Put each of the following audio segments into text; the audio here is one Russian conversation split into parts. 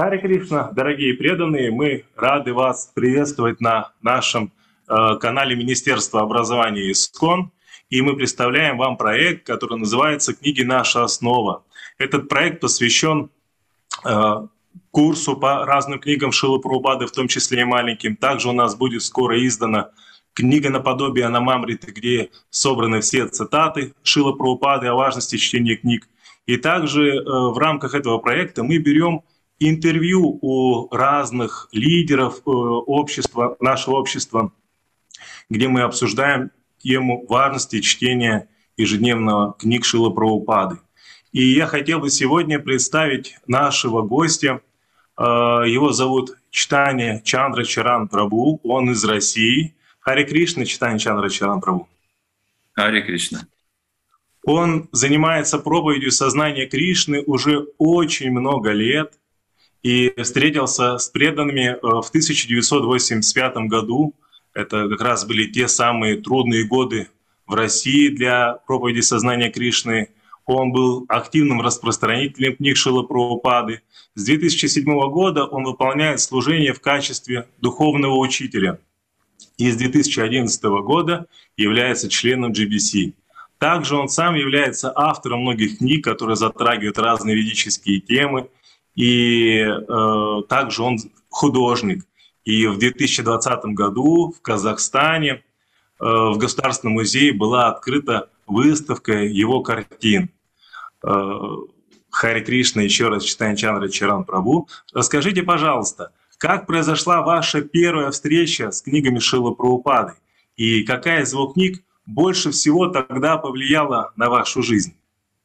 Харе Кришна, дорогие преданные, мы рады вас приветствовать на нашем канале Министерства образования ИСКОН. И мы представляем вам проект, который называется «Книги. Наша основа». Этот проект посвящен курсу по разным книгам Шрилы Прабхупады, в том числе и маленьким. Также у нас будет скоро издана книга наподобие Анамамриты, где собраны все цитаты Шрилы Прабхупады о важности чтения книг. И также в рамках этого проекта мы берем интервью у разных лидеров общества, нашего общества, где мы обсуждаем тему важности чтения ежедневного книг Шрилы Прабхупады. И я хотел бы сегодня представить нашего гостя. Его зовут Чайтанья Чандра Чаран Прабху, он из России. Харе Кришна, Чайтанья Чандра Чаран Прабху. Харе Кришна. Он занимается проповедью сознания Кришны уже очень много лет и встретился с преданными в 1985 году. Это как раз были те самые трудные годы в России для проповеди сознания Кришны. Он был активным распространителем книг Шрилы Прабхупады. С 2007 года он выполняет служение в качестве духовного учителя. И с 2011 года является членом GBC. Также он сам является автором многих книг, которые затрагивают разные ведические темы. И также он художник. И в 2020 году в Казахстане в Государственном музее была открыта выставка его картин. Харе Кришна, еще раз Чайтанья Чандра Чаран Прабху. Расскажите, пожалуйста, как произошла ваша первая встреча с книгами Шрилы Прабхупады? И какая из его книг больше всего тогда повлияла на вашу жизнь?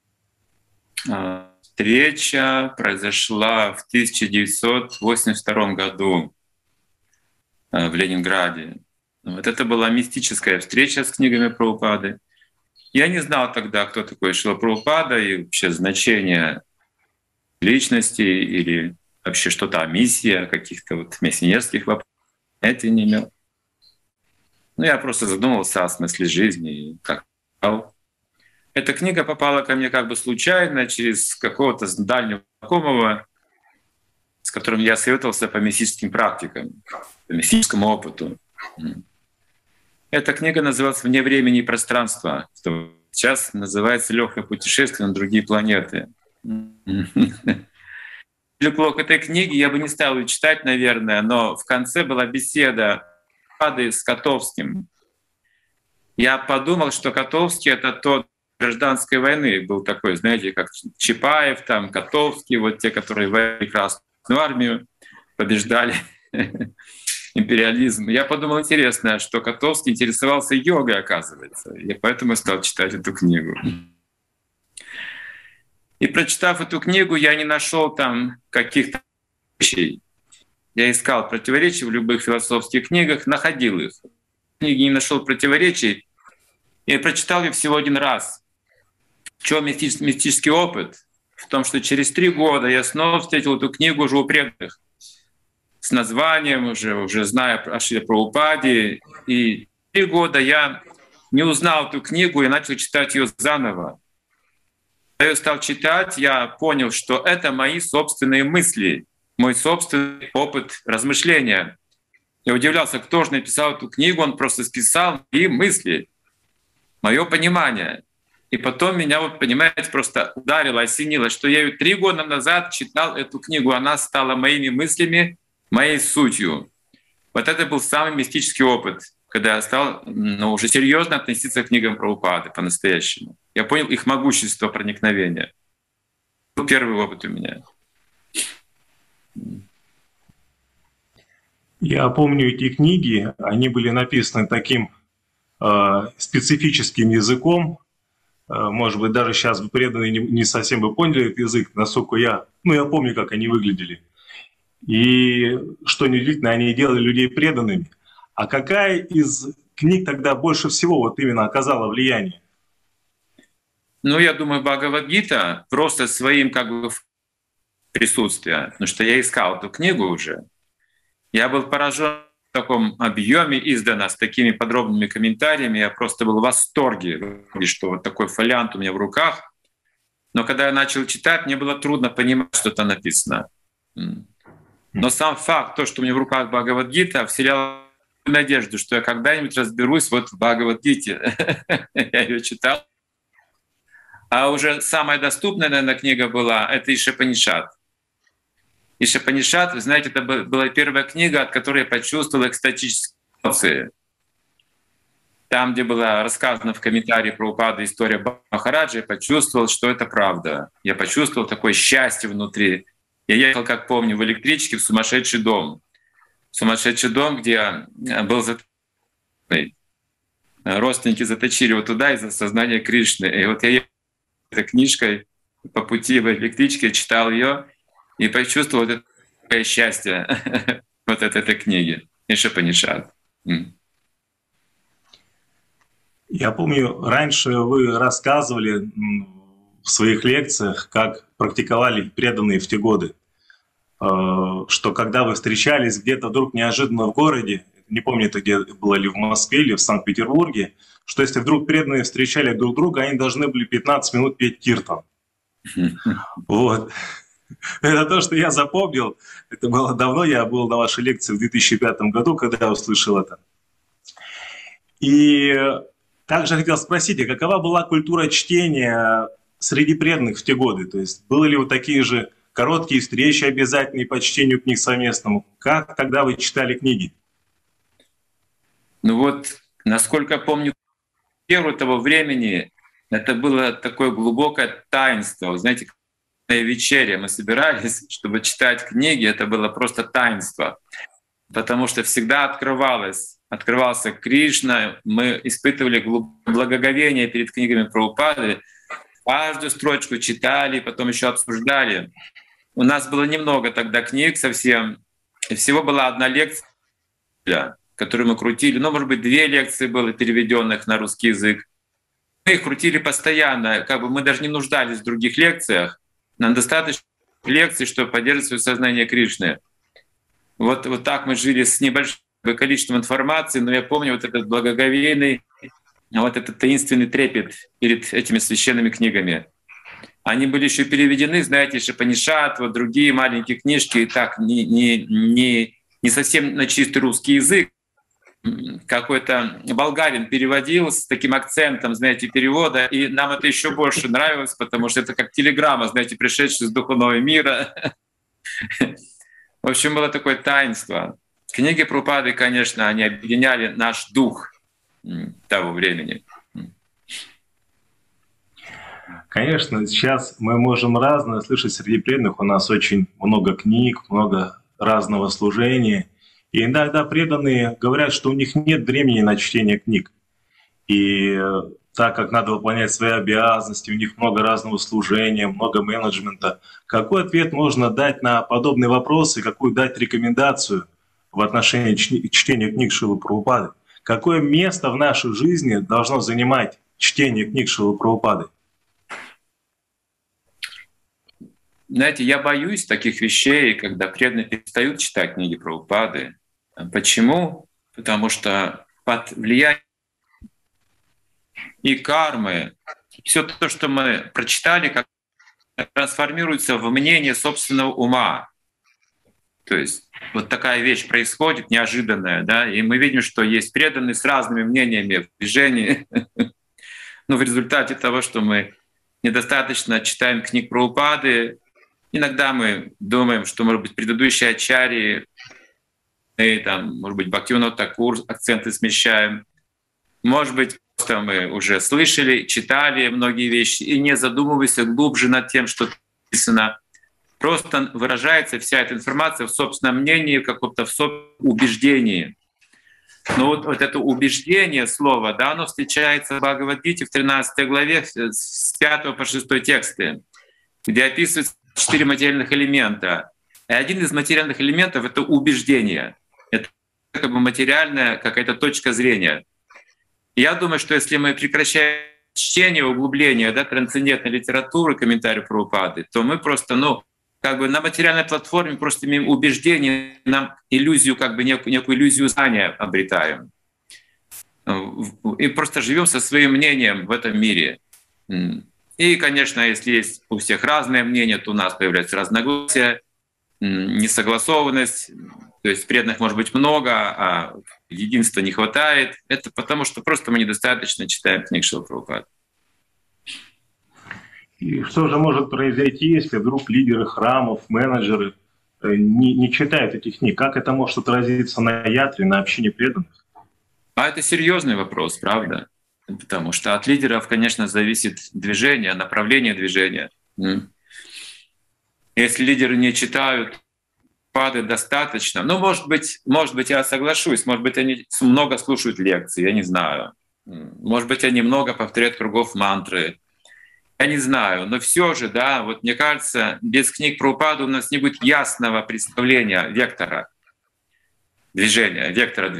Встреча произошла в 1982 году в Ленинграде. Вот это была мистическая встреча с книгами Прабхупады. Я не знал тогда, кто такой Шрила Прабхупада и вообще значение личности или вообще что-то о миссии, о каких-то вот миссионерских вопросах. Это не имел. Ну, я просто задумался о смысле жизни и как. Эта книга попала ко мне как бы случайно через какого-то дальнего знакомого, с которым я советовался по мистическим практикам, по мистическому опыту. Эта книга называлась «Вне времени и пространства». Сейчас называется «Легкое путешествие на другие планеты». К этой книге я бы не стал ее читать, наверное, но в конце была беседа с Котовским. Я подумал, что Котовский — это тот гражданской войны был такой, знаете, как Чапаев, там, Котовский, вот те, которые воевали Красную армию, побеждали империализм. Я подумал, интересно, что Котовский интересовался йогой, оказывается. И поэтому стал читать эту книгу. И прочитав эту книгу, я не нашел там каких-то вещей. Я искал противоречия в любых философских книгах, находил их. В книге не нашел противоречий и прочитал ее всего один раз. В чем мистический опыт? В том, что через 3 года я снова встретил эту книгу уже у преданных, с названием, уже зная о Шриле Прабхупаде. И 3 года я не узнал эту книгу и начал читать ее заново. Когда я стал читать, я понял, что это мои собственные мысли, мой собственный опыт размышления. Я удивлялся, кто же написал эту книгу, он просто списал мои мысли, мое понимание. И потом меня, вот, понимаете, просто ударило, осенило, что я ее 3 года назад читал эту книгу, она стала моими мыслями, моей сутью. Вот это был самый мистический опыт, когда я стал уже серьезно относиться к книгам Прабхупады по-настоящему. Я понял их могущество проникновения. Это был первый опыт у меня. Я помню эти книги, они были написаны таким специфическим языком. Может быть, даже сейчас бы преданные не совсем бы поняли этот язык, насколько я помню, как они выглядели. И, что неудивительно, они делали людей преданными. А какая из книг тогда больше всего вот именно оказала влияние? Ну, я думаю, Бхагавад-гита просто своим как бы присутствием, потому что я искал эту книгу уже. Я был поражен в таком объеме, издана с такими подробными комментариями. Я просто был в восторге, что вот такой фолиант у меня в руках. Но когда я начал читать, мне было трудно понимать, что там написано. Но сам факт, то, что у меня в руках Бхагавад-гита, вселял надежду, что я когда-нибудь разберусь вот в Бхагавад-гите. Я ее читал. А уже самая доступная, наверное, книга была — это Ишапанишат. Ишапанишат, вы знаете, это была первая книга, от которой я почувствовал экстатические эмоции. Там, где была рассказана в комментарии про Прабхупады история Махараджа, я почувствовал, что это правда. Я почувствовал такое счастье внутри. Я ехал, как помню, в электричке в сумасшедший дом. Сумасшедший дом, где был заточенный. Родственники заточили его туда из-за сознания Кришны. И вот я ехал с этой книжкой по пути в электричке, читал ее и почувствовал вот это счастье вот от этой книги Ишапанишат. Я помню, раньше вы рассказывали в своих лекциях, как практиковали преданные в те годы, что когда вы встречались где-то вдруг неожиданно в городе, не помню, это где было, ли в Москве, или в Санкт-Петербурге, что если вдруг преданные встречали друг друга, они должны были 15 минут петь киртан. Вот. Это то, что я запомнил. Это было давно, я был на вашей лекции в 2005 году, когда я услышал это. И также хотел спросить, а какова была культура чтения среди преданных в те годы? То есть были ли вот такие же короткие встречи обязательные по чтению книг совместному? Как тогда вы читали книги? Ну вот, насколько помню, первого того времени это было такое глубокое таинство. Вы знаете, на вечере мы собирались, чтобы читать книги, это было просто таинство, потому что всегда открывался Кришна, мы испытывали благоговение перед книгами Прабхупады, каждую строчку читали, потом еще обсуждали. У нас было немного тогда книг совсем, и всего была одна лекция, которую мы крутили, ну, может быть, 2 лекции было переведенных на русский язык. Мы их крутили постоянно, как бы мы даже не нуждались в других лекциях, нам достаточно лекций, чтобы поддерживать свое сознание Кришны. Вот так мы жили с небольшим количеством информации, но я помню вот этот благоговейный, вот этот таинственный трепет перед этими священными книгами. Они были еще переведены, знаете, Ишапанишат, вот другие маленькие книжки, и так не совсем на чистый русский язык. Какой-то болгарин переводил с таким акцентом, знаете, перевода, и нам это еще больше нравилось, потому что это как телеграмма, знаете, пришедшая из духовного мира. В общем, было такое таинство. Книги Прабхупады, конечно, они объединяли наш дух того времени. Конечно, сейчас мы можем разное слышать среди преданных. У нас очень много книг, много разного служения. И иногда преданные говорят, что у них нет времени на чтение книг. И так как надо выполнять свои обязанности, у них много разного служения, много менеджмента. Какой ответ можно дать на подобные вопросы, какую дать рекомендацию в отношении чтения книг Шрилы Прабхупады? Какое место в нашей жизни должно занимать чтение книг Шрилы Прабхупады? Знаете, я боюсь таких вещей, когда преданные перестают читать книги Прабхупады. Почему? Потому что под влиянием и кармы все то, что мы прочитали, как трансформируется в мнение собственного ума. То есть вот такая вещь происходит неожиданная, да, и мы видим, что есть преданные с разными мнениями в движении. Но в результате того, что мы недостаточно читаем книг Прабхупады, иногда мы думаем, что, может быть, предыдущие ачарьи, и, там, может быть, Бхактивинода Такур акценты смещаем. Может быть, просто мы уже слышали, читали многие вещи и не задумываясь глубже над тем, что написано. Просто выражается вся эта информация в собственном мнении, в каком-то убеждении. Но вот это убеждение, слово, да, оно встречается в Бхагавад-гите в 13 главе с 5 по 6 тексты, где описываются 4 материальных элемента. И один из материальных элементов — это убеждение. Это как бы материальная какая-то точка зрения. И я думаю, что если мы прекращаем чтение, углубление, да, трансцендентной литературы, комментариев Прабхупады, то мы просто, как бы на материальной платформе просто имеем убеждение, нам иллюзию, как бы некую иллюзию знания обретаем. И просто живем со своим мнением в этом мире. И, конечно, если есть у всех разное мнение, то у нас появляются разногласия. несогласованность, то есть преданных может быть много, а единства не хватает. Это потому, что просто мы недостаточно читаем книг Шрилы Прабхупады. И что же может произойти, если вдруг лидеры храмов, менеджеры не читают этих книг? Как это может отразиться на ятре, на общине преданных? А это серьезный вопрос, правда? Потому что от лидеров, конечно, зависит движение, направление движения. Если лидеры не читают Прабхупады достаточно, ну, может быть, я соглашусь, может быть, они много слушают лекции, я не знаю. Может быть, они много повторяют кругов мантры. Я не знаю, но все же, да, вот мне кажется, без книг Прабхупады у нас не будет ясного представления вектора движения,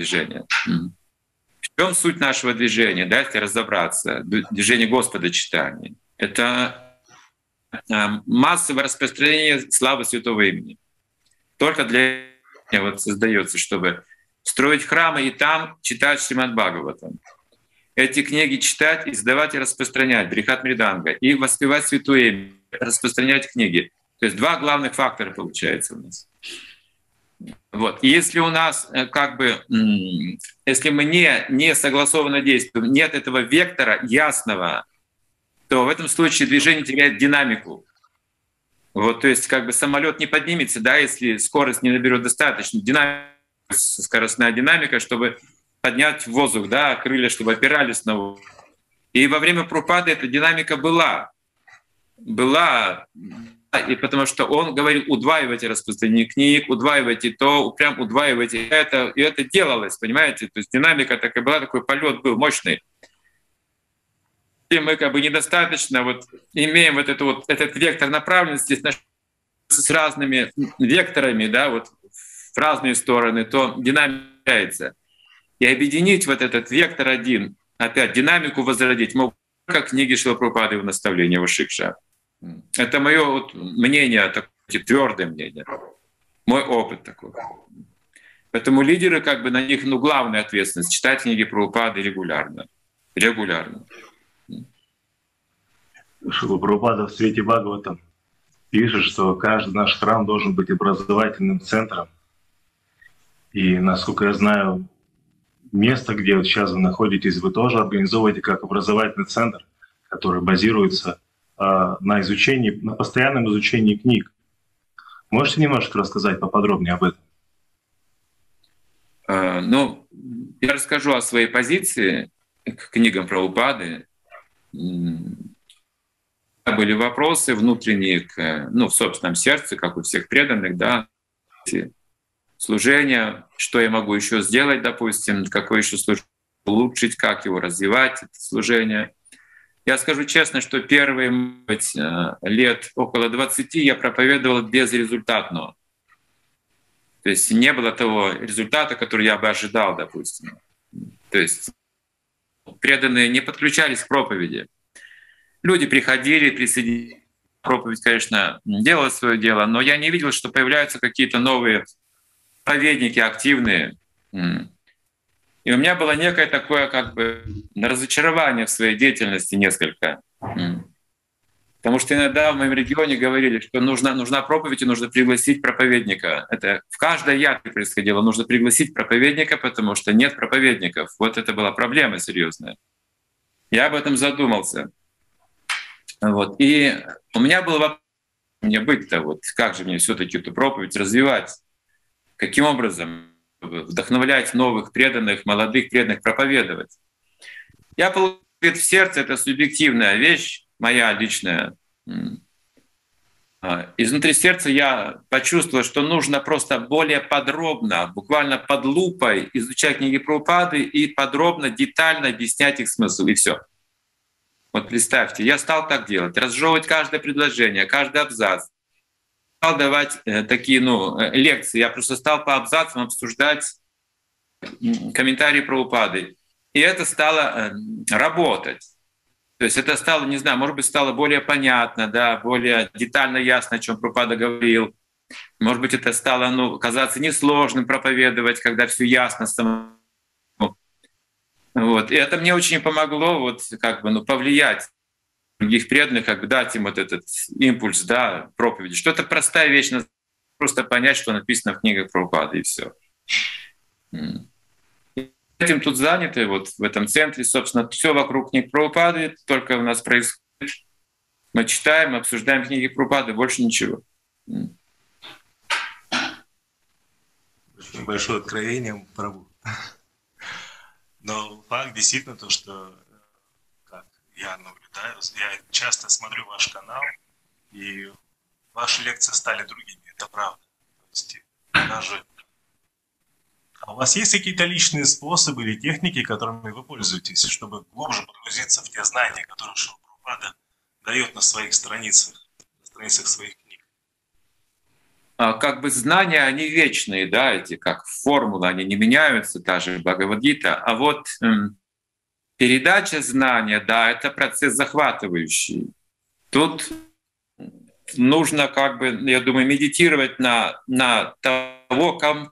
В чем суть нашего движения? Дайте разобраться. Движение Господа читания. Это массовое распространение славы святого имени. Только для этого вот создается, чтобы строить храмы и там читать Шримад Бхагаватам. Эти книги читать, издавать и распространять, Брихат Мриданга, и воспевать святое имя, распространять книги. То есть два главных фактора получается у нас. Вот. И если у нас если мы не согласованно действуем, нет этого вектора ясного, то в этом случае движение теряет динамику. Вот, то есть самолет не поднимется, да, если скорость не наберет достаточно. Скоростная динамика, чтобы поднять в воздух, да, крылья, чтобы опирались на воздух. И во время Прабхупады эта динамика была, и потому что он говорил: удваивайте распространение книг, удваивайте то, прям удваивайте это, и это делалось, понимаете? То есть динамика такая была, такой полет был мощный. И мы недостаточно имеем этот вектор направленности с разными векторами, да, в разные стороны, то динамика теряется. И объединить этот вектор один, опять динамику возродить, могут как книги Шрилы Прабхупады в наставлении Шикша. Это мое мнение, твердое мнение, мой опыт такой. Поэтому лидеры, на них главная ответственность — читать книги Прабхупады регулярно. Шрила Прабхупада в свете Бхагаватам пишет, что каждый наш храм должен быть образовательным центром. И, насколько я знаю, место, где сейчас вы находитесь, вы тоже организовываете как образовательный центр, который базируется на изучении, на постоянном изучении книг. Можете немножко рассказать поподробнее об этом? Я расскажу о своей позиции к книгам Прабхупады. Были вопросы внутренние в собственном сердце, как у всех преданных, да, служение, что я могу еще сделать, допустим, какое еще служение улучшить, как его развивать, это служение. Я скажу честно, что первые, лет около 20 я проповедовал безрезультатно. То есть не было того результата, который я бы ожидал, допустим. То есть преданные не подключались к проповеди. Люди приходили, присоединились. Проповедь, конечно, делала свое дело, но я не видел, что появляются какие-то новые проповедники активные. И у меня было некое такое разочарование в своей деятельности несколько. Потому что иногда в моем регионе говорили, что нужна проповедь и нужно пригласить проповедника. Это в каждой ятре происходило. Нужно пригласить проповедника, потому что нет проповедников. Вот это была проблема серьезная. Я об этом задумался. И у меня был вопрос, мне быть-то, как же мне все-таки эту проповедь развивать? Каким образом вдохновлять новых преданных, молодых преданных проповедовать? Я получил ответ в сердце, это субъективная вещь, моя личная. Изнутри сердца я почувствовал, что нужно просто более подробно, буквально под лупой изучать книги Прабхупады и подробно, детально объяснять их смысл, и все. Представьте, я стал так делать, разжевывать каждое предложение, каждый абзац. Стал давать такие лекции. Я просто стал по абзацам обсуждать комментарии Прабхупады. И это стало работать. То есть это стало, не знаю, может быть, стало более понятно, да, более детально ясно, о чем Прабхупада говорил. Может быть, это стало казаться несложным проповедовать, когда все ясно самому. И это мне очень помогло повлиять других преданных, дать им этот импульс, да, проповеди. Что это простая вещь, просто понять, что написано в книгах Прабхупады, и все. Этим тут заняты, вот в этом центре, собственно, все вокруг книг Прабхупады, только у нас происходит. Мы читаем, обсуждаем книги Прабхупады, больше ничего. Очень большое откровение, Прабху. Но факт действительно то, что как я наблюдаю, я часто смотрю ваш канал, и ваши лекции стали другими, это правда. То есть даже... А у вас есть какие-то личные способы или техники, которыми вы пользуетесь, чтобы глубже погрузиться в те знания, которые Шрила Прабхупада дает на своих страницах, на страницах своих книг? Как бы знания, они вечные, да, эти как формулы, они не меняются, даже Бхагавад-гита. А вот передача знания, да, это процесс захватывающий. Тут нужно, как бы, я думаю, медитировать на того, кому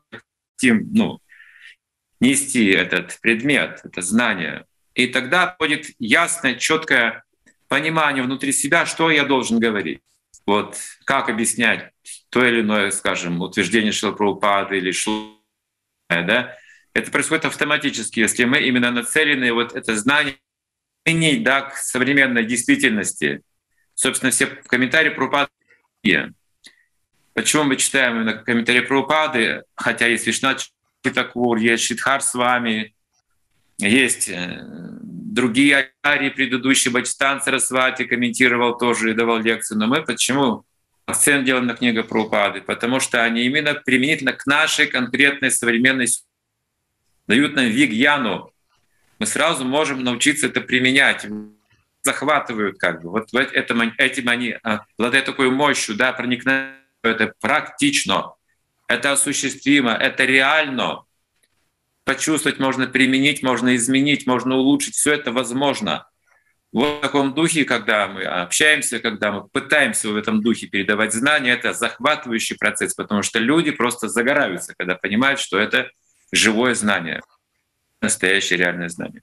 нести этот предмет, это знание. И тогда будет ясное, четкое понимание внутри себя, что я должен говорить. Вот как объяснять то или иное, скажем, утверждение Шрилы Прабхупады или да? Это происходит автоматически, если мы именно нацелены вот это знание применить, да, к современной действительности. Собственно, все комментарии Прабхупады. Почему мы читаем именно комментарии Прабхупады, хотя есть Вишнат Такур, есть Шридхар Свами, есть другие арии предыдущие, Бхактистан Сарасвати комментировал тоже и давал лекции. Но мы почему акцент делаем на книгах Прабхупады? Потому что они именно применительно к нашей конкретной современной ситуации дают нам вигьяну. Мы сразу можем научиться это применять. Захватывают как бы. Вот этим они обладают такой мощью, да, проникновенно. Это практично, это осуществимо, это реально. Почувствовать можно, применить, можно изменить, можно улучшить. Все это возможно. Вот в таком духе, когда мы общаемся, когда мы пытаемся в этом духе передавать знания, это захватывающий процесс, потому что люди просто загораются, когда понимают, что это живое знание, настоящее реальное знание.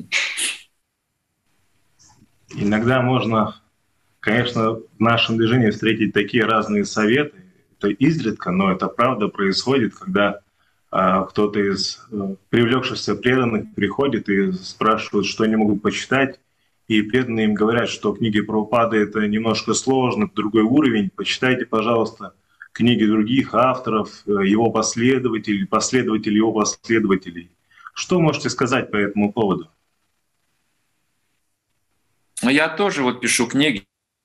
Иногда можно, конечно, в нашем движении встретить такие разные советы. Это изредка, но это правда происходит, когда кто-то из привлекшихся преданных приходит и спрашивает, что они могут почитать. И преданные им говорят, что книги Прабхупады — это немножко сложно, другой уровень. Почитайте, пожалуйста, книги других авторов, его последователей, последователей его последователей. Что можете сказать по этому поводу? Я тоже вот пишу книги,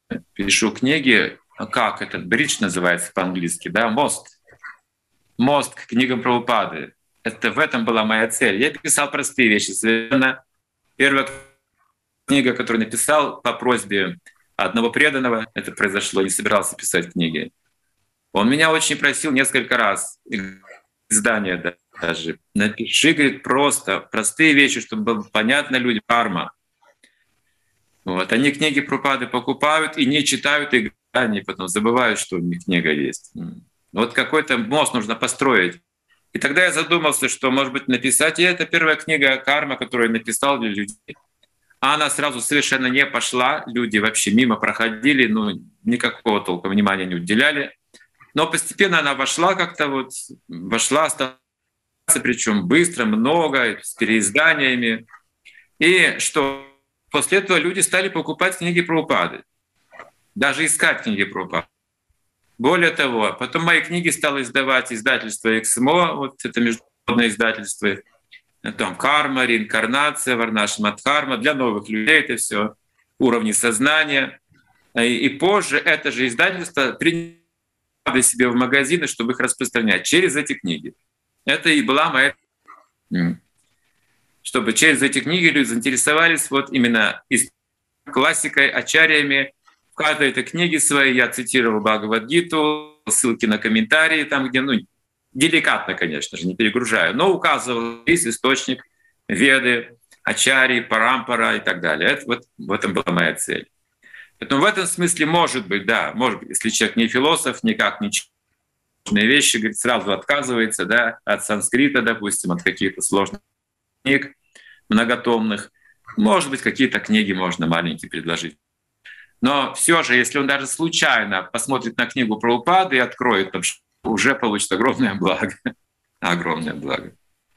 как этот бридж называется по-английски, да, мост к книгам Прабхупады. Это в этом была моя цель. Я писал простые вещи. Совершенно первая книга, которую написал по просьбе одного преданного, это произошло, не собирался писать книги. Он меня очень просил несколько раз, издание даже, напиши, говорит, просто простые вещи, чтобы было понятно людям, карма. Вот. Они книги Прабхупады покупают и не читают, и они потом забывают, что у них книга есть. Вот какой-то мост нужно построить. И тогда я задумался, что, может быть, написать. И это первая книга «Карма», которую я написал для людей. А она сразу совершенно не пошла. Люди вообще мимо проходили, никакого толка внимания не уделяли. Но постепенно она вошла как-то, стала, причем быстро, много, с переизданиями. И что после этого люди стали покупать книги Прабхупады, даже искать книги Прабхупады. Более того, потом мои книги стало издавать издательство «Эксмо», вот это международное издательство, там «Карма», «Реинкарнация», «Варнаша Мадхарма», для новых людей это все уровни сознания. И позже это же издательство приняло себе в магазины, чтобы их распространять через эти книги. Это и была моя... Чтобы через эти книги люди заинтересовались вот именно классикой, ачарьями. В каждой этой книге своей я цитировал Бхагавад-гиту, ссылки на комментарии, там где, деликатно, конечно же, не перегружаю, но указывал весь источник, веды, ачарьи, парампара и так далее. Это, вот в этом была моя цель. Поэтому в этом смысле, может быть, если человек не философ, никак не читает вещи, говорит, сразу отказывается, да, от санскрита, допустим, от каких-то сложных книг многотомных. Может быть, какие-то книги можно маленькие предложить. Но все же, если он даже случайно посмотрит на книгу Прабхупады и откроет там уже получит огромное благо. Огромное благо.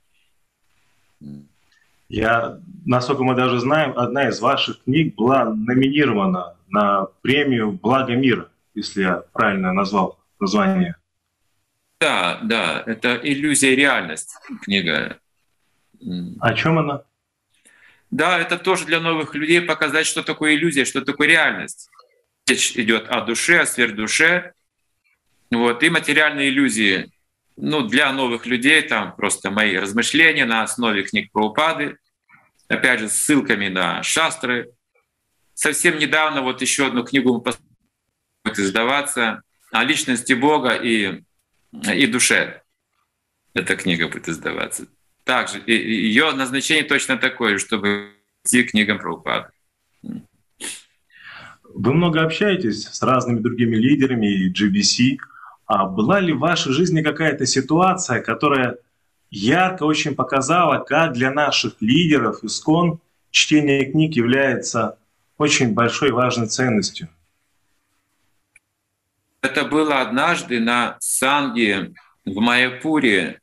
Насколько мы даже знаем, одна из ваших книг была номинирована на премию «Благо мира», если я правильно назвал название. Да, да, это «Иллюзия и реальность» книга. О чем она? Да, это тоже для новых людей показать, что такое иллюзия, что такое реальность. Речь идет о душе, о сверхдуше. Вот, и материальные иллюзии. Ну, для новых людей там просто мои размышления на основе книг Прабхупады, опять же, с ссылками на шастры. Совсем недавно вот еще одну книгу будет издаваться о личности Бога и душе. Эта книга будет издаваться. Также ее назначение точно такое, чтобы идти к книгам Прабхупады. Вы много общаетесь с разными другими лидерами и GBC. А была ли в вашей жизни какая-то ситуация, которая ярко очень показала, как для наших лидеров ИСККОН чтение книг является очень большой и важной ценностью? Это было однажды на санге в Майяпуре,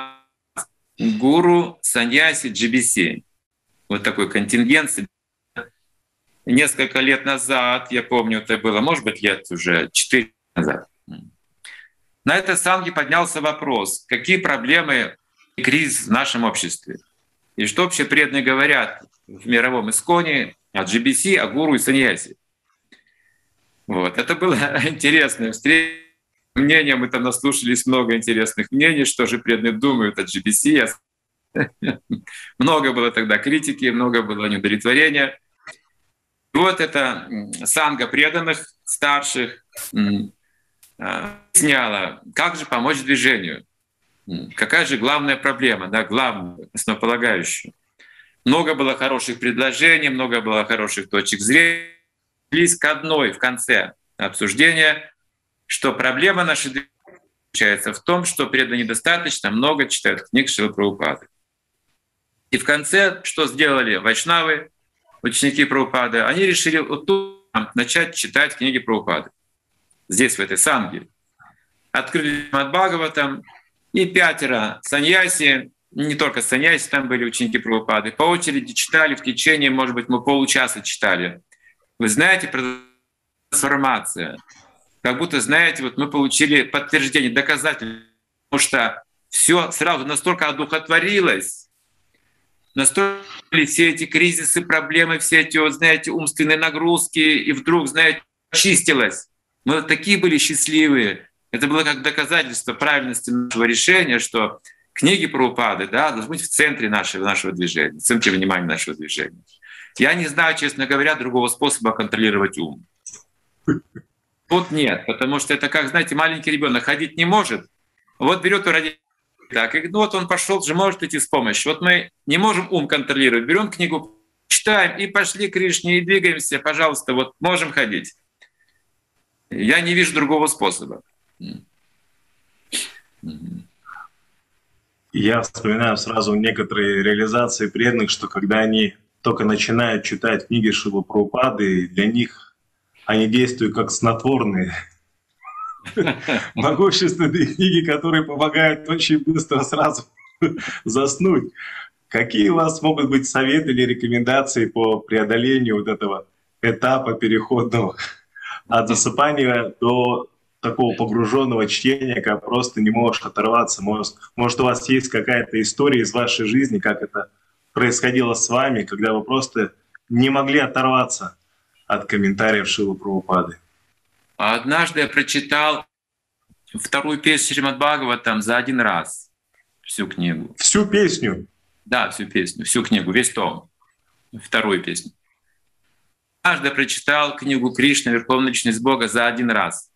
гуру саньяси GBC. Вот такой контингент. Несколько лет назад, я помню, это было, может быть, лет уже 4 назад. На этой санге поднялся вопрос, какие проблемы и кризис в нашем обществе. И что вообще преданные говорят в мировом ИСККОНе о GBC, о гуру и саньяси. Вот. Это было интересная встреча. Мнения, мы там наслушались много интересных мнений, что же преданные думают о GBC. Много было тогда критики, много было неудовлетворения. И вот эта санга преданных, старших, сняла, как же помочь движению. Какая же главная проблема, да, главная, основополагающая. Много было хороших предложений, много было хороших точек зрения. Близ к одной в конце обсуждения, что проблема нашей заключается в том, что преданные недостаточно много читают книг Шрилы Прабхупады. И в конце что сделали вайшнавы, ученики Прабхупады? Они решили вот тут начать читать книги Прабхупады. Здесь, в этой санге. Открыли Шримад Бхагаватам, и 5 саньяси, не только саньяси, там были ученики Прабхупады, по очереди читали в течение, может быть, мы полчаса читали. Вы знаете, трансформация. Как будто, знаете, вот мы получили подтверждение, доказательство, потому что все сразу настолько одухотворилось, настолько все эти кризисы, проблемы, все эти, вот, знаете, умственные нагрузки, и вдруг, знаете, очистилось. Мы вот такие были счастливые. Это было как доказательство правильности нашего решения, что книги Прабхупады, да, должны быть в центре нашего движения, в центре внимания нашего движения. Я не знаю, честно говоря, другого способа контролировать ум. Тут нет, потому что это как, знаете, маленький ребенок ходить не может. Вот берет у родителей так, и ну вот он пошел, же может идти с помощью. Вот мы не можем ум контролировать, берем книгу, читаем и пошли к Кришне и двигаемся, пожалуйста, вот можем ходить. Я не вижу другого способа. Я вспоминаю сразу некоторые реализации преданных, что когда они только начинают читать книги Шрилы Прабхупады, для них они действуют как снотворные. Могущественные книги, которые помогают очень быстро сразу заснуть. Какие у вас могут быть советы или рекомендации по преодолению вот этого этапа переходного от засыпания до такого погруженного чтения, когда просто не можешь оторваться? Может, у вас есть какая-то история из вашей жизни, как это происходило с вами, когда вы просто не могли оторваться от комментариев Шрилы Прабхупады? Однажды я прочитал 2-ю песню Шримад Бхагаватам за 1 раз. Всю книгу. Всю песню? Да, всю песню, всю книгу, весь том. 2-ю песню. Однажды я прочитал книгу Кришна, Верховная Личность Бога, за 1 раз.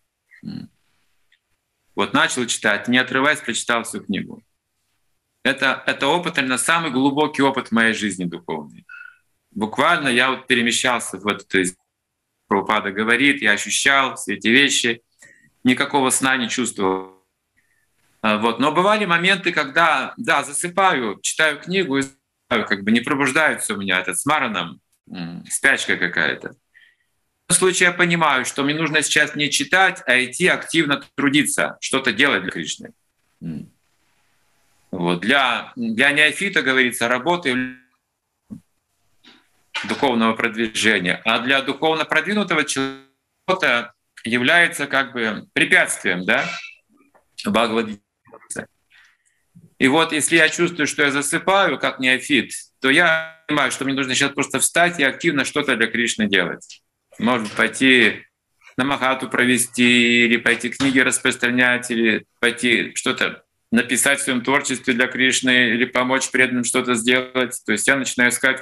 Вот начал читать, не отрываясь, прочитал всю книгу. Это опыт, именно самый глубокий опыт в моей жизни духовной. Буквально я вот перемещался в это, то есть Прабхупада говорит, я ощущал все эти вещи, никакого сна не чувствовал. Вот. Но бывали моменты, когда, да, засыпаю, читаю книгу, и как бы не пробуждается у меня этот смараном, спячка какая-то. этом случае я понимаю, что мне нужно сейчас не читать, а идти активно трудиться, что-то делать для Кришны. Вот. Для неофита, говорится, работы духовного продвижения, а для духовно продвинутого человека является как бы препятствием, да, Бхагавад-гита. И вот если я чувствую, что я засыпаю как неофит, то я понимаю, что мне нужно сейчас просто встать и активно что-то для Кришны делать. Может пойти на Махату провести, или пойти книги распространять, или пойти что-то написать в своем творчестве для Кришны, или помочь преданным что-то сделать. То есть я начинаю искать.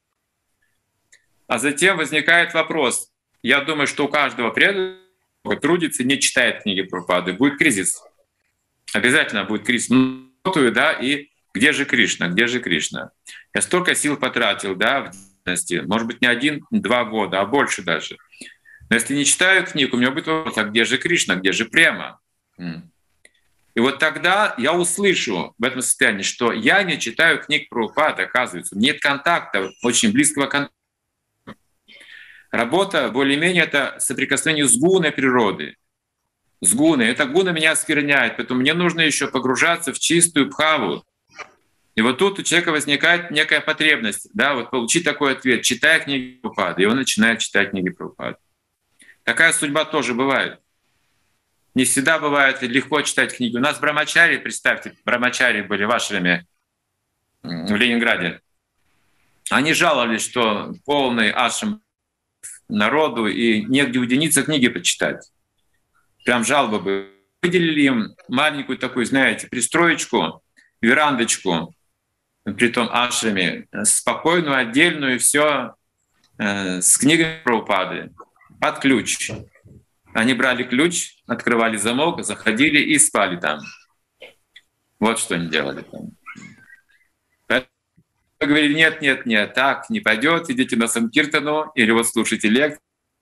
А затем возникает вопрос. Я думаю, что у каждого преданного трудится, не читает книги Прабхупады, будет кризис. Обязательно будет кризис. Да, и где же Кришна, где же Кришна? Я столько сил потратил, да, в деятельности, может быть, не 1-2 года, а больше даже. Но если не читаю книгу, у меня будет вопрос, а где же Кришна, где же према? И вот тогда я услышу в этом состоянии, что я не читаю книг Прабхупады, оказывается, нет контакта, очень близкого контакта. Работа более-менее это соприкосновение с гуной природы. С гуной. Эта гуна меня оскверняет, поэтому мне нужно еще погружаться в чистую бхаву. И вот тут у человека возникает некая потребность, да, вот получить такой ответ, читая книги Прабхупады, и он начинает читать книги Прабхупады. Такая судьба тоже бывает. Не всегда бывает легко читать книги. У нас брамачари, представьте, брамачари были вашими в Ленинграде. Они жаловались, что полный ашрам народу, и негде уединиться книги почитать. Прям жалобы бы. Выделили им маленькую такую, знаете, пристроечку, верандочку, при том ашраме, спокойную, отдельную, все с книгами Прабхупады, под ключ. Они брали ключ, открывали замок, заходили и спали там. Вот что они делали там. Поэтому говорили, нет, так не пойдет, идите на Санкиртану или вот слушайте лекции.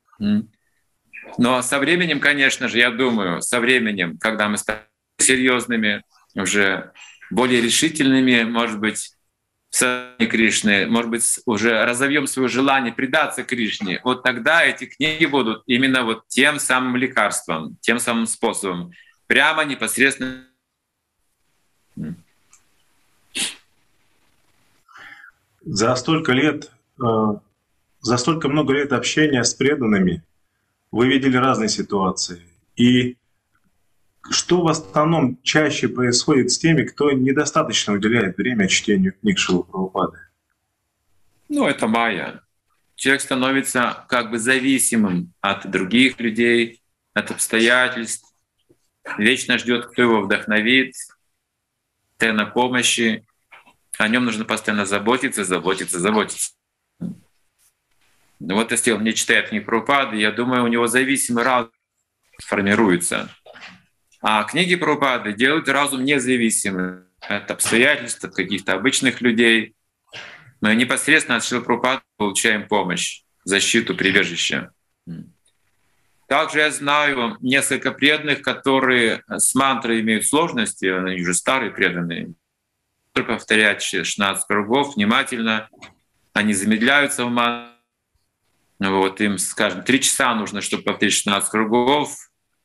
Но со временем, конечно же, я думаю, со временем, когда мы станем серьезными, уже более решительными, может быть, в сознании Кришны, может быть, уже разовьем свое желание предаться Кришне, вот тогда эти книги будут именно вот тем самым лекарством, тем самым способом, прямо непосредственно. За столько много лет общения с преданными вы видели разные ситуации. И что в основном чаще происходит с теми, кто недостаточно уделяет время чтению книг Шрилы Прабхупады? Ну, это майя. Человек становится как бы зависимым от других людей, от обстоятельств, вечно ждет, кто его вдохновит, на помощи. О нем нужно постоянно заботиться. Вот если он не читает книги Прабхупады, я думаю, у него зависимый разум формируется. А книги Прабхупады делают разум независимым от обстоятельств, от каких-то обычных людей. Мы непосредственно от Шрилы Прабхупады получаем помощь, защиту, прибежище. Также я знаю несколько преданных, которые с мантрой имеют сложности, они уже старые преданные, повторять 16 кругов внимательно, они замедляются в мантре. Вот им, скажем, 3 часа нужно, чтобы повторить 16 кругов,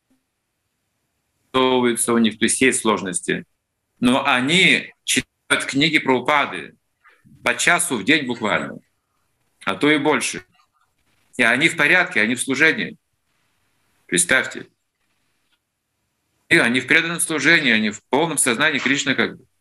у них, то есть есть сложности. Но они читают книги Прабхупады по часу в день буквально, а то и больше. И они в порядке, они в служении. Представьте. И они в преданном служении, они в полном сознании Кришны как бы.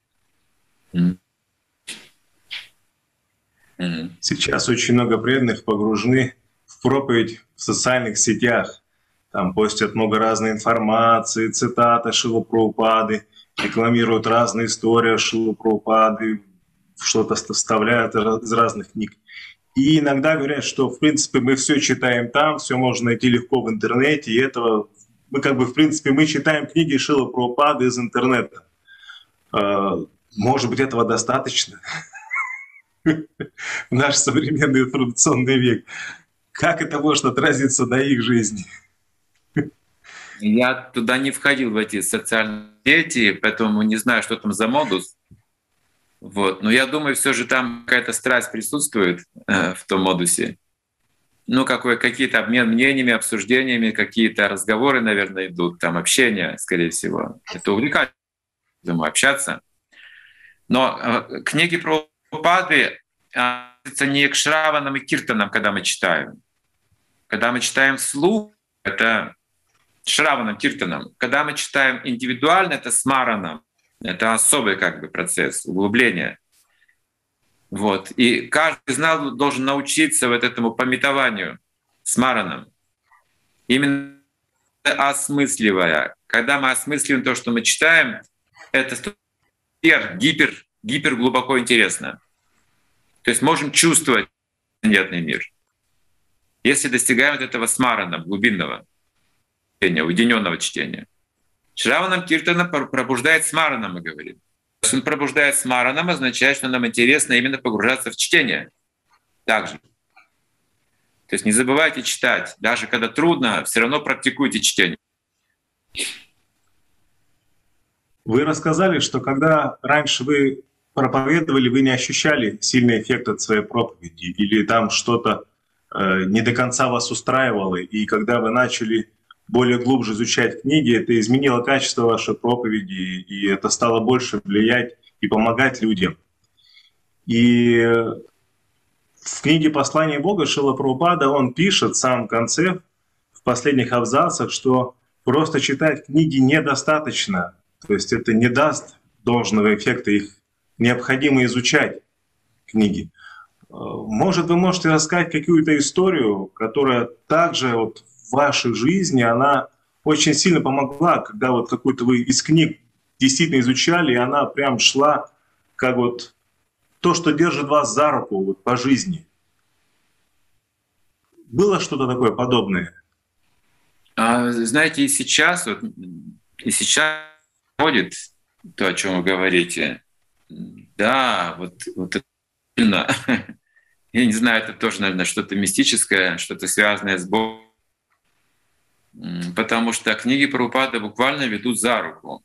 Сейчас очень много преданных погружены в проповедь в социальных сетях. Там постят много разной информации, цитаты Шрилы Прабхупады, рекламируют разные истории Шрилы Прабхупады, что-то вставляют из разных книг. И иногда говорят, что в принципе мы все читаем там, все можно найти легко в интернете, и этого мы как бы в принципе мы читаем книги Шрилы Прабхупады из интернета. Может быть, этого достаточно в наш современный информационный век. Как это может отразиться на их жизни? Я туда не входил, в эти социальные сети, поэтому не знаю, что там за модус. Вот. Но я думаю, все же там какая-то страсть присутствует в том модусе. ну, какие-то обмен мнениями, обсуждениями, какие-то разговоры, наверное, идут, там общение, скорее всего. Это увлекательно, думаю, общаться. Но книги про Прабхупады относятся не к Шраванам и Киртанам, когда мы читаем. Когда мы читаем вслух, это Шраванам, Киртанам. Когда мы читаем индивидуально, это Смаранам. Это особый как бы процесс углубления. Вот. И каждый из нас должен научиться вот этому памятованию, смаранам. Именно осмысливая. Когда мы осмысливаем то, что мы читаем, это гипер глубоко интересно. То есть можем чувствовать понятный мир. Если достигаем вот этого смарана, глубинного чтения, уединенного чтения. Шраванам Киртана пробуждает смарана, мы говорим. Если он пробуждает смаранам, означает, что нам интересно именно погружаться в чтение. Также. То есть не забывайте читать. Даже когда трудно, все равно практикуйте чтение. Вы рассказали, что когда раньше вы проповедовали, вы не ощущали сильный эффект от своей проповеди, или там что-то не до конца вас устраивало, и когда вы начали более глубже изучать книги, это изменило качество вашей проповеди, и это стало больше влиять и помогать людям. И в книге «Послание Бога» Шрила Прабхупада, он пишет в самом конце, в последних абзацах, что просто читать книги недостаточно, то есть это не даст должного эффекта, их необходимо изучать книги. Может, вы можете рассказать какую-то историю, которая также вот в вашей жизни, она очень сильно помогла, когда вот какую-то вы из книг действительно изучали, и она прям шла как вот то, что держит вас за руку вот по жизни. Было что-то такое подобное? Знаете, и сейчас происходит то, о чем вы говорите. Да, вот это сильно. Я не знаю, это тоже, наверное, что-то мистическое, что-то связанное с Богом. Потому что книги Прабхупады буквально ведут за руку.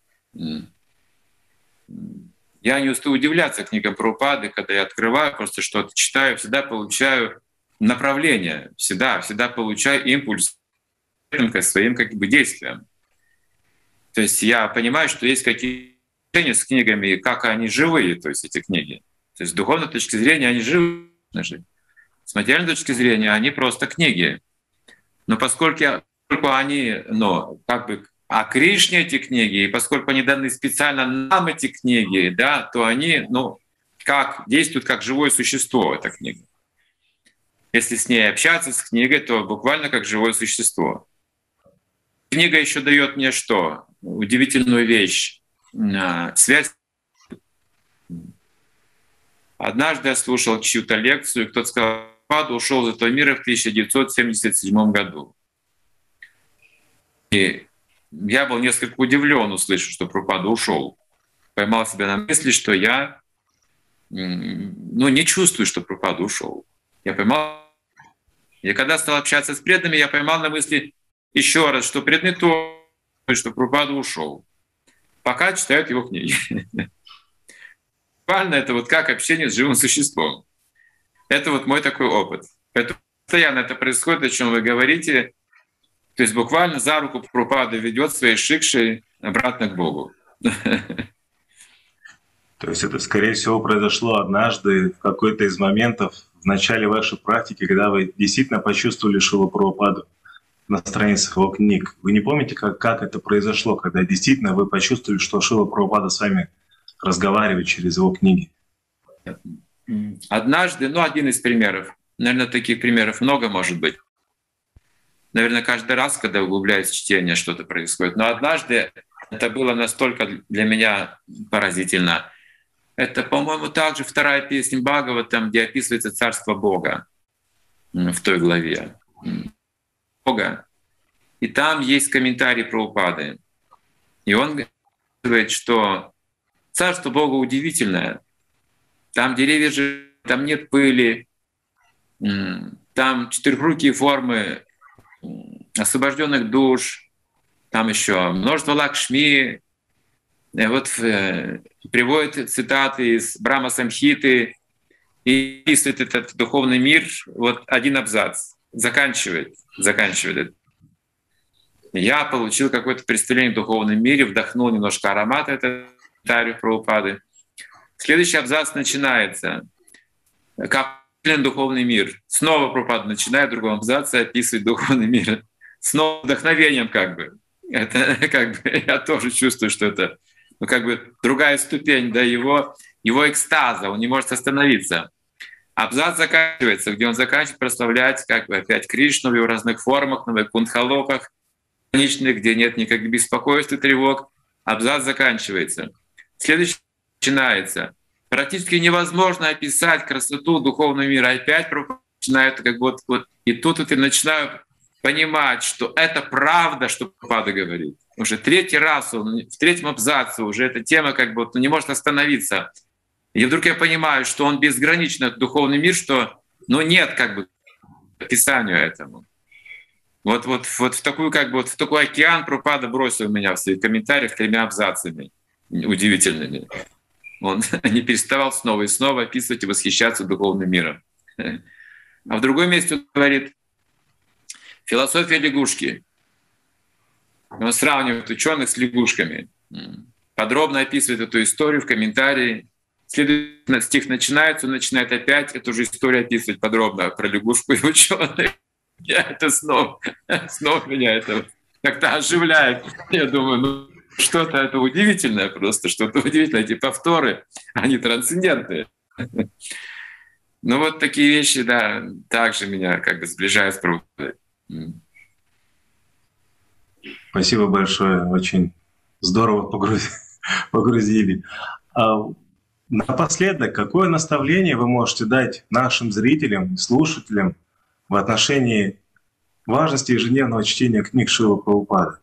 Я не устаю удивляться книгам Прабхупады, когда я открываю, просто что-то читаю, всегда получаю направление, всегда получаю импульс к своим как бы действиям. То есть я понимаю, что есть какие-то отношения с книгами, как они живые, то есть эти книги. То есть с духовной точки зрения они живые. С материальной точки зрения они просто книги. Но поскольку они, как бы о Кришне эти книги, и поскольку они даны специально нам эти книги, да, то они, как действуют как живое существо, эта книга. Если с ней общаться, с книгой, то буквально как живое существо. Книга еще дает мне что? Удивительную вещь. Связь. Однажды я слушал чью-то лекцию, и кто-то сказал, Прабхупада ушел из этого мира в 1977 году. И я был несколько удивлен, услышав, что Прабхупада ушел. Поймал себя на мысли, что я не чувствую, что Прабхупада ушел. И когда стал общаться с преданными, я поймал на мысли еще раз, что преданные то, что Прабхупада ушел. Пока читают его книги. Буквально это вот как общение с живым существом. Это вот мой такой опыт. Поэтому постоянно это происходит, о чем вы говорите. То есть буквально за руку Прабхупада ведет своей шикшей обратно к Богу. То есть это, скорее всего, произошло однажды в какой-то из моментов в начале вашей практики, когда вы действительно почувствовали Шрилу Прабхупаду на страницах его книг. Вы не помните, как это произошло, когда действительно вы почувствовали, что Шрила Прабхупада с вами разговаривает через его книги? Однажды, один из примеров, наверное, таких примеров много может быть. Наверное, каждый раз, когда углубляюсь в чтение, что-то происходит. Но однажды это было настолько для меня поразительно. Это, по-моему, также вторая песня Бхагаватам, где описывается царство Бога в той главе. Бога. И там есть комментарий Прабхупады. И он говорит, что царство Бога удивительное. Там деревья живут, там нет пыли, там четырехрукие формы освобожденных душ, там еще множество Лакшми. Вот приводит цитаты из Брахма Самхиты и описывает этот духовный мир, вот один абзац. заканчивает это. Я получил какое-то представление в духовном мире, вдохнул немножко аромата этого комментариев Прабхупады. Следующий абзац начинается. Как духовный мир. Снова Прабхупада начинает в другом абзаце описывать духовный мир. Снова вдохновением как бы. Это как бы я тоже чувствую, что это как бы другая ступень, да, его экстаза, он не может остановиться. Абзац заканчивается, где он заканчивает прославлять как бы опять Кришну в его разных формах, на вайкунтха-локах, где нет никаких беспокойств и тревог. Абзац заканчивается. Следующий начинается. Практически невозможно описать красоту духовного мира. Опять начинают как вот. И тут я начинаю понимать, что это правда, что Прабхупада говорит. Уже третий раз, в третьем абзаце уже эта тема как бы не может остановиться. И вдруг я понимаю, что он безграничный духовный мир, что нет как бы описанию этому. Вот в такую как бы в такой океан Прабхупада бросил меня в своих комментариях 3 абзацами удивительными. Он не переставал снова и снова описывать и восхищаться духовным миром. А в другом месте он говорит: философия лягушки. Он сравнивает ученых с лягушками. Подробно описывает эту историю в комментарии. Следующий стих начинается, он начинает опять эту же историю описывать подробно про лягушку и ученых. Я это снова меня это как-то оживляет. Я думаю, что-то это удивительное просто, что-то удивительное. Эти повторы, они трансцендентные. Вот такие вещи, да, также меня как бы сближают с Прабхупадой. Спасибо большое, очень здорово погрузили. Напоследок, какое наставление вы можете дать нашим зрителям, слушателям в отношении важности ежедневного чтения книг Шрилы Прабхупады?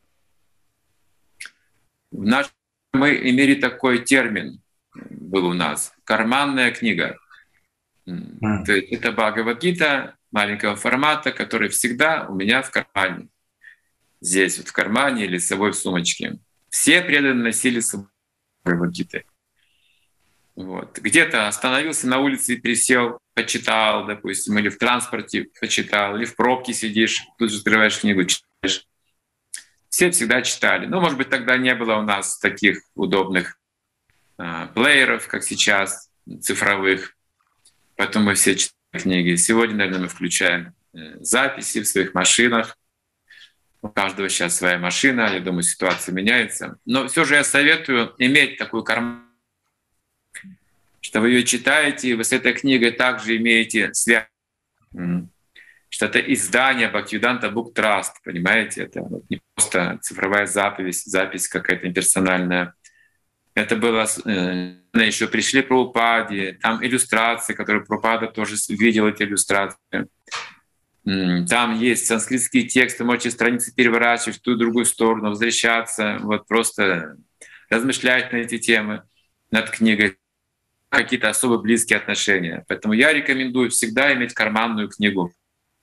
Мы имели такой термин, был у нас — карманная книга. То есть это Бхагавад-гита маленького формата, который всегда у меня в кармане. Здесь в кармане или с собой в сумочке. Все преданные носили с собой Бхагавад-гиты. Где-то остановился на улице и присел, почитал, допустим, или в транспорте почитал, или в пробке сидишь, тут же открываешь книгу, читаешь. Все всегда читали. Может быть, тогда не было у нас таких удобных плееров, как сейчас, цифровых. Поэтому мы все читаем книги. Сегодня, наверное, мы включаем записи в своих машинах. У каждого сейчас своя машина. Я думаю, ситуация меняется. Но все же я советую иметь такую карманную, что вы ее читаете, и вы с этой книгой также имеете связь. Что это издание Бхактивиданта Book Trust, понимаете? Это не просто цифровая запись какая-то имперсональная. Это было еще пришли Прабхупаде, там иллюстрации, которые Прабхупада тоже видел, эти иллюстрации. Там есть санскритские тексты, можете страницы переворачивать в ту и другую сторону, возвращаться, просто размышлять на эти темы, над книгой, какие-то особо близкие отношения. Поэтому я рекомендую всегда иметь карманную книгу,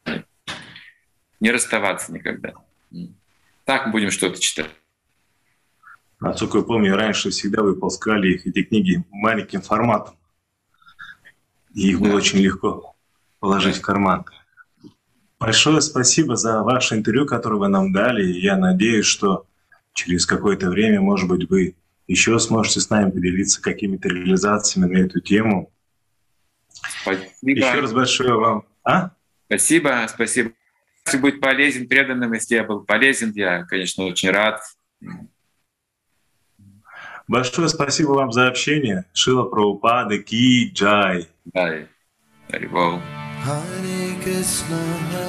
не расставаться никогда. Так мы будем что-то читать. Насколько я помню, раньше всегда выпускали эти книги маленьким форматом. И их было очень легко положить в карман. Большое спасибо за ваше интервью, которое вы нам дали. И я надеюсь, что через какое-то время, может быть, вы еще сможете с нами поделиться какими-то реализациями на эту тему. Спасибо. Еще раз большое вам. Спасибо. Если быть полезен преданным, если я был полезен, я, конечно, очень рад. Большое спасибо вам за общение. Шрила Прабхупада ки джай. Дай. Харибол. Hare Krishna,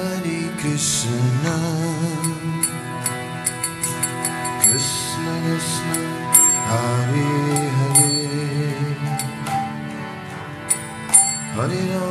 Krishna Krishna, Hare Hare, Hare Rama.